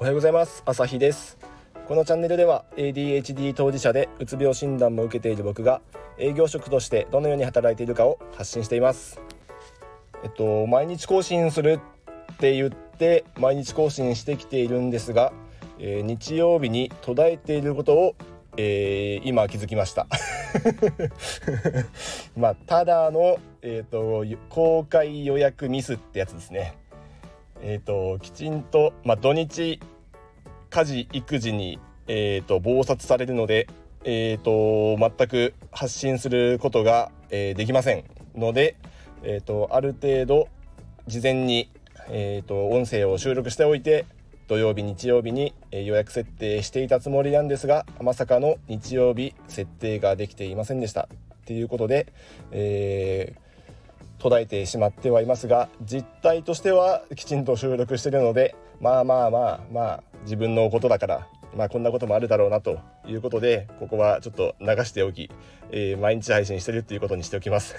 おはようございます。朝日です。このチャンネルでは ADHD 当事者でうつ病診断も受けている僕が営業職としてどのように働いているかを発信しています。毎日更新するって言って毎日更新してきているんですが、日曜日に途絶えていることを、今気づきましたただの、公開予約ミスってやつですね。きちんと、土日家事育児に、忙殺されるので、全く発信することが、できませんので、ある程度事前に、音声を収録しておいて土曜日日曜日に、予約設定していたつもりなんですが、まさかの日曜日設定ができていませんでしたっていうことで、途絶えてしまってはいますが、実態としてはきちんと収録しているので、自分のことだから、こんなこともあるだろうなということで、ここはちょっと流しておき、毎日配信してるっていうことにしておきます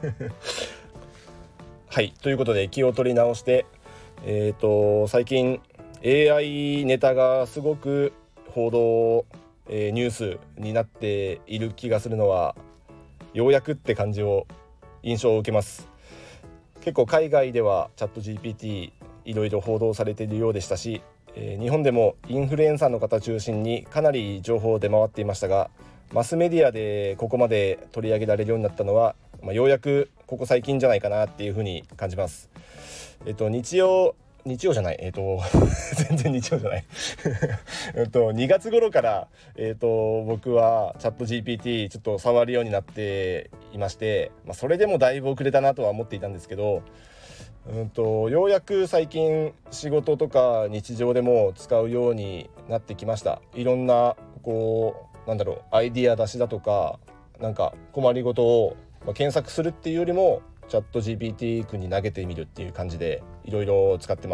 はい、ということで気を取り直して、最近 AI ネタがすごく報道、ニュースになっている気がするのはようやくって感じを印象を受けます。結構海外ではチャット GPT いろいろ報道されているようでしたし、日本でもインフルエンサーの方中心にかなり情報出回っていましたが、マスメディアでここまで取り上げられるようになったのは、ようやくここ最近じゃないかなっていうふうに感じます。日曜じゃない、全然日曜じゃない2月頃から、僕はチャット GPT ちょっと触るようになっていまして、それでもだいぶ遅れたなとは思っていたんですけど、ようやく最近仕事とか日常でも使うようになってきました。いろんなアイディア出しだとか、困りごとを検索するっていうよりもチャット GPT 君に投げてみるっていう感じでいろいろ使ってます。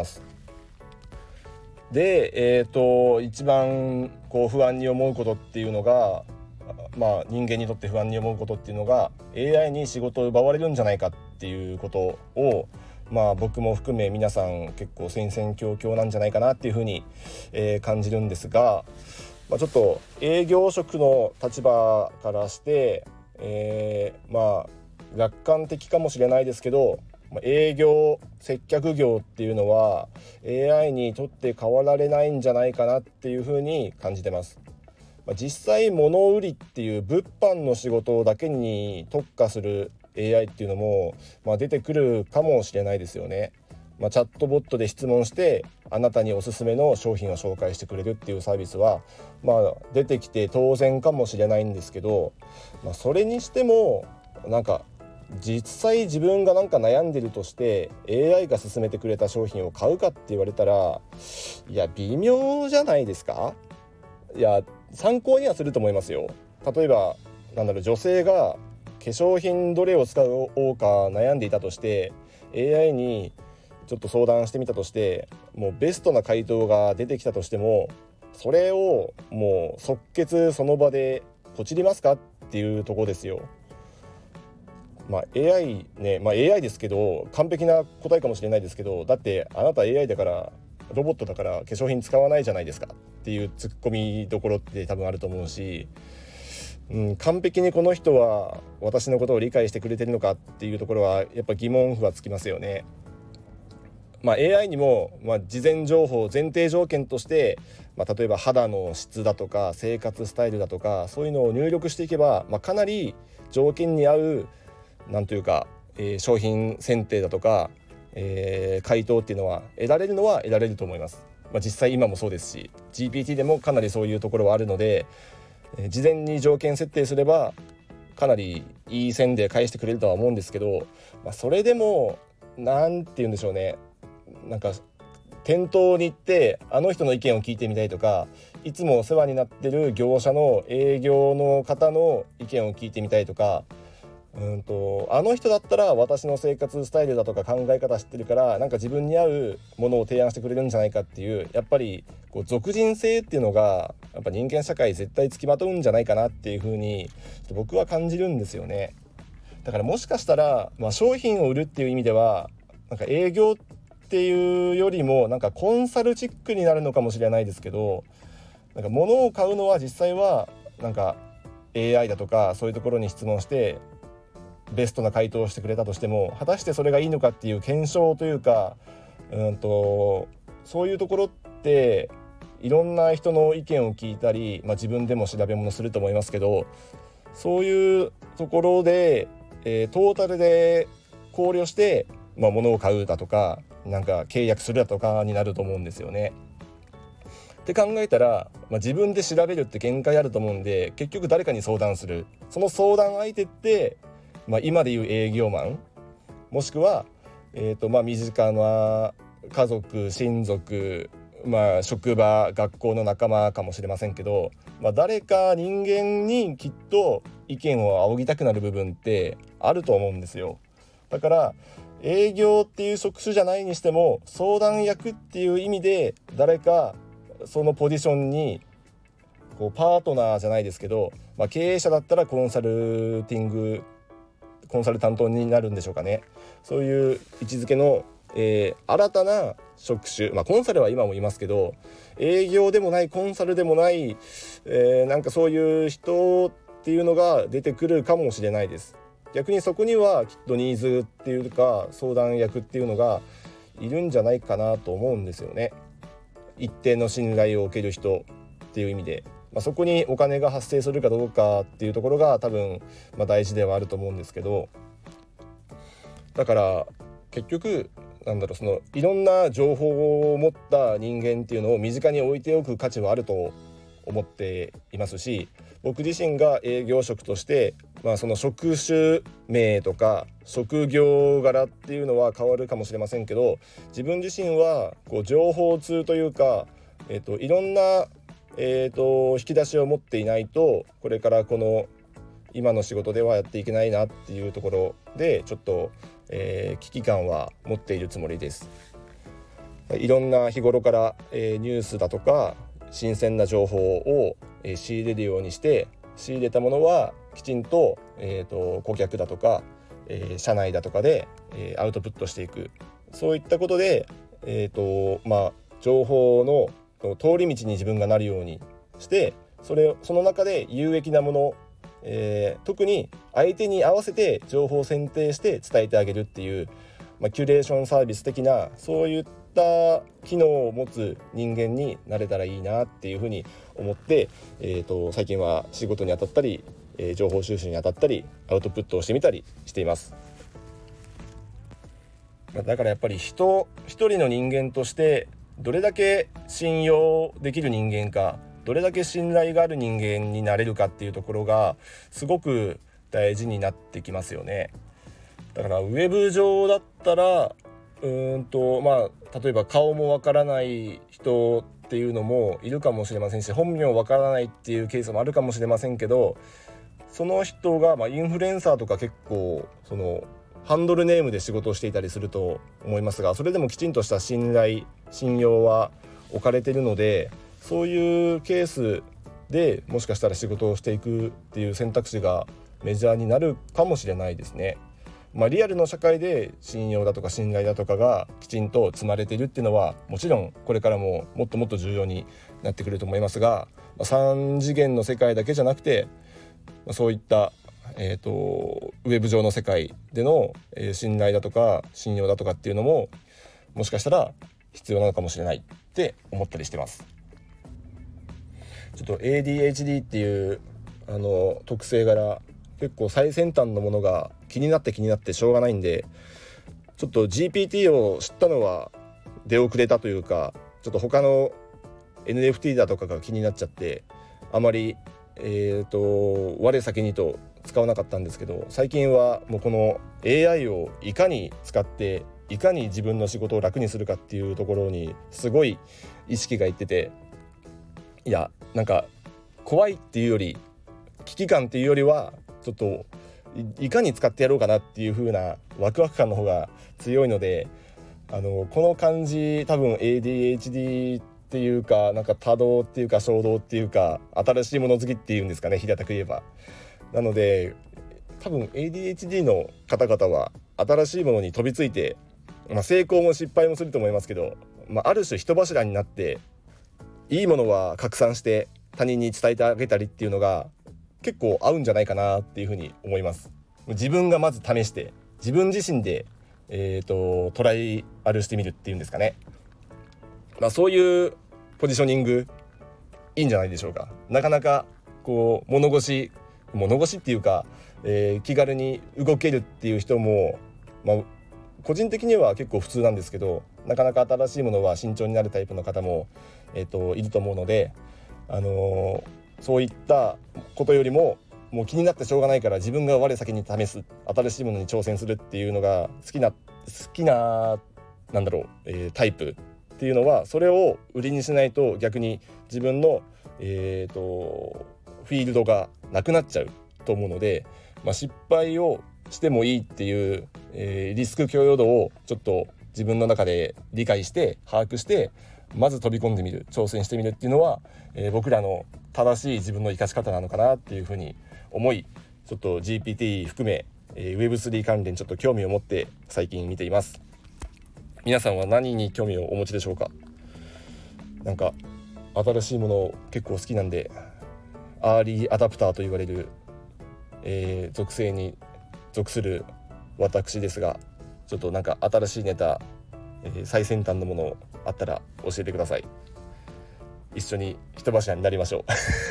で、一番不安に思うことっていうのが、人間にとって不安に思うことっていうのが AI に仕事を奪われるんじゃないかっていうことを、僕も含め皆さん結構戦々恐々なんじゃないかなっていうふうに、感じるんですが、ちょっと営業職の立場からして、楽観的かもしれないですけど、営業接客業っていうのは AI にとって変わられないんじゃないかなっていうふうに感じてます。実際物売りっていう物販の仕事だけに特化する AI っていうのも、出てくるかもしれないですよね。チャットボットで質問してあなたにおすすめの商品を紹介してくれるっていうサービスは、出てきて当然かもしれないんですけど、それにしても実際自分が悩んでるとして AI が勧めてくれた商品を買うかって言われたら、微妙じゃないですか。参考にはすると思いますよ。例えば女性が化粧品どれを使おうか悩んでいたとして AI にちょっと相談してみたとして、もうベストな回答が出てきたとしても、それをもう即決その場でポチりますかっていうところですよ。AI ね、AI ですけど完璧な答えかもしれないですけど、だってあなた AI だからロボットだから化粧品使わないじゃないですかっていうツッコミどころって多分あると思うし、完璧にこの人は私のことを理解してくれてるのかっていうところはやっぱ疑問符はつきますよね。AI にも、事前情報前提条件として、例えば肌の質だとか生活スタイルだとかそういうのを入力していけば、かなり条件に合う商品選定だとか、回答っていうのは得られると思います。実際今もそうですし GPT でもかなりそういうところはあるので、事前に条件設定すればかなりいい線で返してくれるとは思うんですけど、それでもなんて言うんでしょうね、店頭に行ってあの人の意見を聞いてみたいとか、いつもお世話になってる業者の営業の方の意見を聞いてみたいとか、あの人だったら私の生活スタイルだとか考え方知ってるから自分に合うものを提案してくれるんじゃないかっていう、やっぱり属人性っていうのがやっぱ人間社会絶対つきまとうんじゃないかなっていう風に僕は感じるんですよね。だからもしかしたら、商品を売るっていう意味では営業っっていうよりもなんかコンサルチックになるのかもしれないですけど、なんか物を買うのは実際はなんか AI だとかそういうところに質問してベストな回答をしてくれたとしても、果たしてそれがいいのかっていう検証というか、そういうところっていろんな人の意見を聞いたり、自分でも調べ物すると思いますけど、そういうところで、トータルで考慮して、物を買うだとかなんか契約するだとかになると思うんですよね。って考えたら、自分で調べるって限界あると思うんで、結局誰かに相談する。その相談相手って、今でいう営業マン、もしくは、身近な家族、親族、職場、学校の仲間かもしれませんけど、誰か人間にきっと意見を仰ぎたくなる部分ってあると思うんですよ。だから営業っていう職種じゃないにしても、相談役っていう意味で誰かそのポジションにこうパートナーじゃないですけど、経営者だったらコンサル担当になるんでしょうかね。そういう位置づけの、新たな職種、コンサルは今もいますけど、営業でもないコンサルでもない、なんかそういう人っていうのが出てくるかもしれないです。逆にそこにはきっとニーズっていうか相談役っていうのがいるんじゃないかなと思うんですよね。一定の信頼を受ける人っていう意味で、そこにお金が発生するかどうかっていうところが多分、大事ではあると思うんですけど、だから結局そのいろんな情報を持った人間っていうのを身近に置いておく価値はあると思っていますし、僕自身が営業職として、その職種名とか職業柄っていうのは変わるかもしれませんけど、自分自身はこう情報通というか、いろんな、引き出しを持っていないとこれからこの今の仕事ではやっていけないなっていうところでちょっと、危機感は持っているつもりです。いろんな日頃から、ニュースだとか新鮮な情報を、仕入れるようにして、仕入れたものはきちんと、顧客だとか、社内だとかで、アウトプットしていく。そういったことで、情報の通り道に自分がなるようにして、その中で有益なもの、特に相手に合わせて情報を選定して伝えてあげるっていう、キュレーションサービス的なそういった機能を持つ人間になれたらいいなっていうふうに思って、最近は仕事に当たったり、情報収集に当たったりアウトプットをしてみたりしています。だからやっぱり一人の人間としてどれだけ信用できる人間か、どれだけ信頼がある人間になれるかっていうところがすごく大事になってきますよね。だからウェブ上だったら例えば顔もわからない人っていうのもいるかもしれませんし、本名わからないっていうケースもあるかもしれませんけど、その人が、インフルエンサーとか結構そのハンドルネームで仕事をしていたりすると思いますが、それでもきちんとした信用は置かれているので、そういうケースでもしかしたら仕事をしていくっていう選択肢がメジャーになるかもしれないですね。リアルの社会で信用だとか信頼だとかがきちんと積まれているっていうのはもちろんこれからももっともっと重要になってくると思いますが、3次元の世界だけじゃなくて、そういった、ウェブ上の世界での、信頼だとか信用だとかっていうのももしかしたら必要なのかもしれないって思ったりしてます。ちょっと ADHD っていう特性柄結構最先端のものが気になってしょうがないんで、ちょっと GPT を知ったのは出遅れたというか、ちょっと他の NFT だとかが気になっちゃってあまり我先にと使わなかったんですけど、最近はもうこの AI をいかに使っていかに自分の仕事を楽にするかっていうところにすごい意識がいってて、いやなんか怖いっていうより危機感っていうよりはちょっといかに使ってやろうかなっていう風なワクワク感の方が強いので、この感じ多分 ADHD っていうかなんか多動っていうか衝動っていうか新しいもの好きっていうんですかね、平たく言えば。なので多分 ADHD の方々は新しいものに飛びついて成功も失敗もすると思いますけど、ある種人柱になっていいものは拡散して他人に伝えてあげたりっていうのが結構合うんじゃないかなっていうふうに思います。自分がまず試して自分自身で、トライアルしてみるっていうんですかね。そういうポジショニングいいんじゃないでしょうか。なかなかこう物腰っていうか、気軽に動けるっていう人も、個人的には結構普通なんですけど、なかなか新しいものは慎重になるタイプの方も、いると思うので、そういったことよりももう気になってしょうがないから自分が我先に試す、新しいものに挑戦するっていうのが好きなタイプっていうのは、それを売りにしないと逆に自分の、フィールドがなくなっちゃうと思うので、失敗をしてもいいっていう、リスク許容度をちょっと自分の中で理解して把握して、まず飛び込んでみる、挑戦してみるっていうのは、僕らの正しい自分の生かし方なのかなっていうふうに思い、ちょっと GPT 含め、Web3 関連ちょっと興味を持って最近見ています。皆さんは何に興味をお持ちでしょうか。なんか新しいもの結構好きなんで、アーリーアダプターと言われる、属性に属する私ですが、ちょっとなんか新しいネタ、最先端のものあったら教えてください。一緒に人柱になりましょ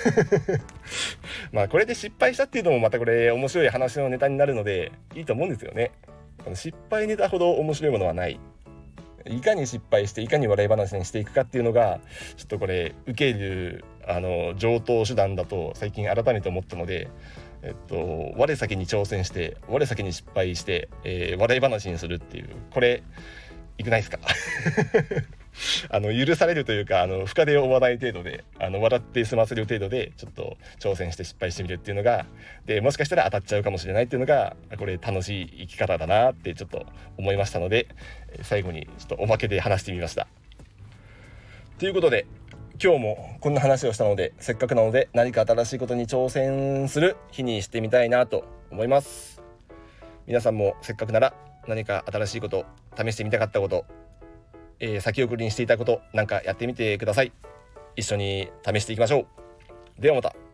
うこれで失敗したっていうのもまたこれ面白い話のネタになるのでいいと思うんですよね。失敗ネタほど面白いものはない。いかに失敗していかに笑い話にしていくかっていうのがちょっとこれ受ける常套手段だと最近改めて思ったので、我先に挑戦して我先に失敗して、笑い話にするっていう、これいくないですか許されるというか深手を負わない程度で笑って済ませる程度でちょっと挑戦して失敗してみるっていうのが、でもしかしたら当たっちゃうかもしれないっていうのがこれ楽しい生き方だなってちょっと思いましたので、最後にちょっとおまけで話してみました。ということで今日もこんな話をしたので、せっかくなので何か新しいことに挑戦する日にしてみたいなと思います。皆さんもせっかくなら何か新しいこと、試してみたかったこと、先送りにしていたことなんかやってみてください。一緒に試していきましょう。ではまた。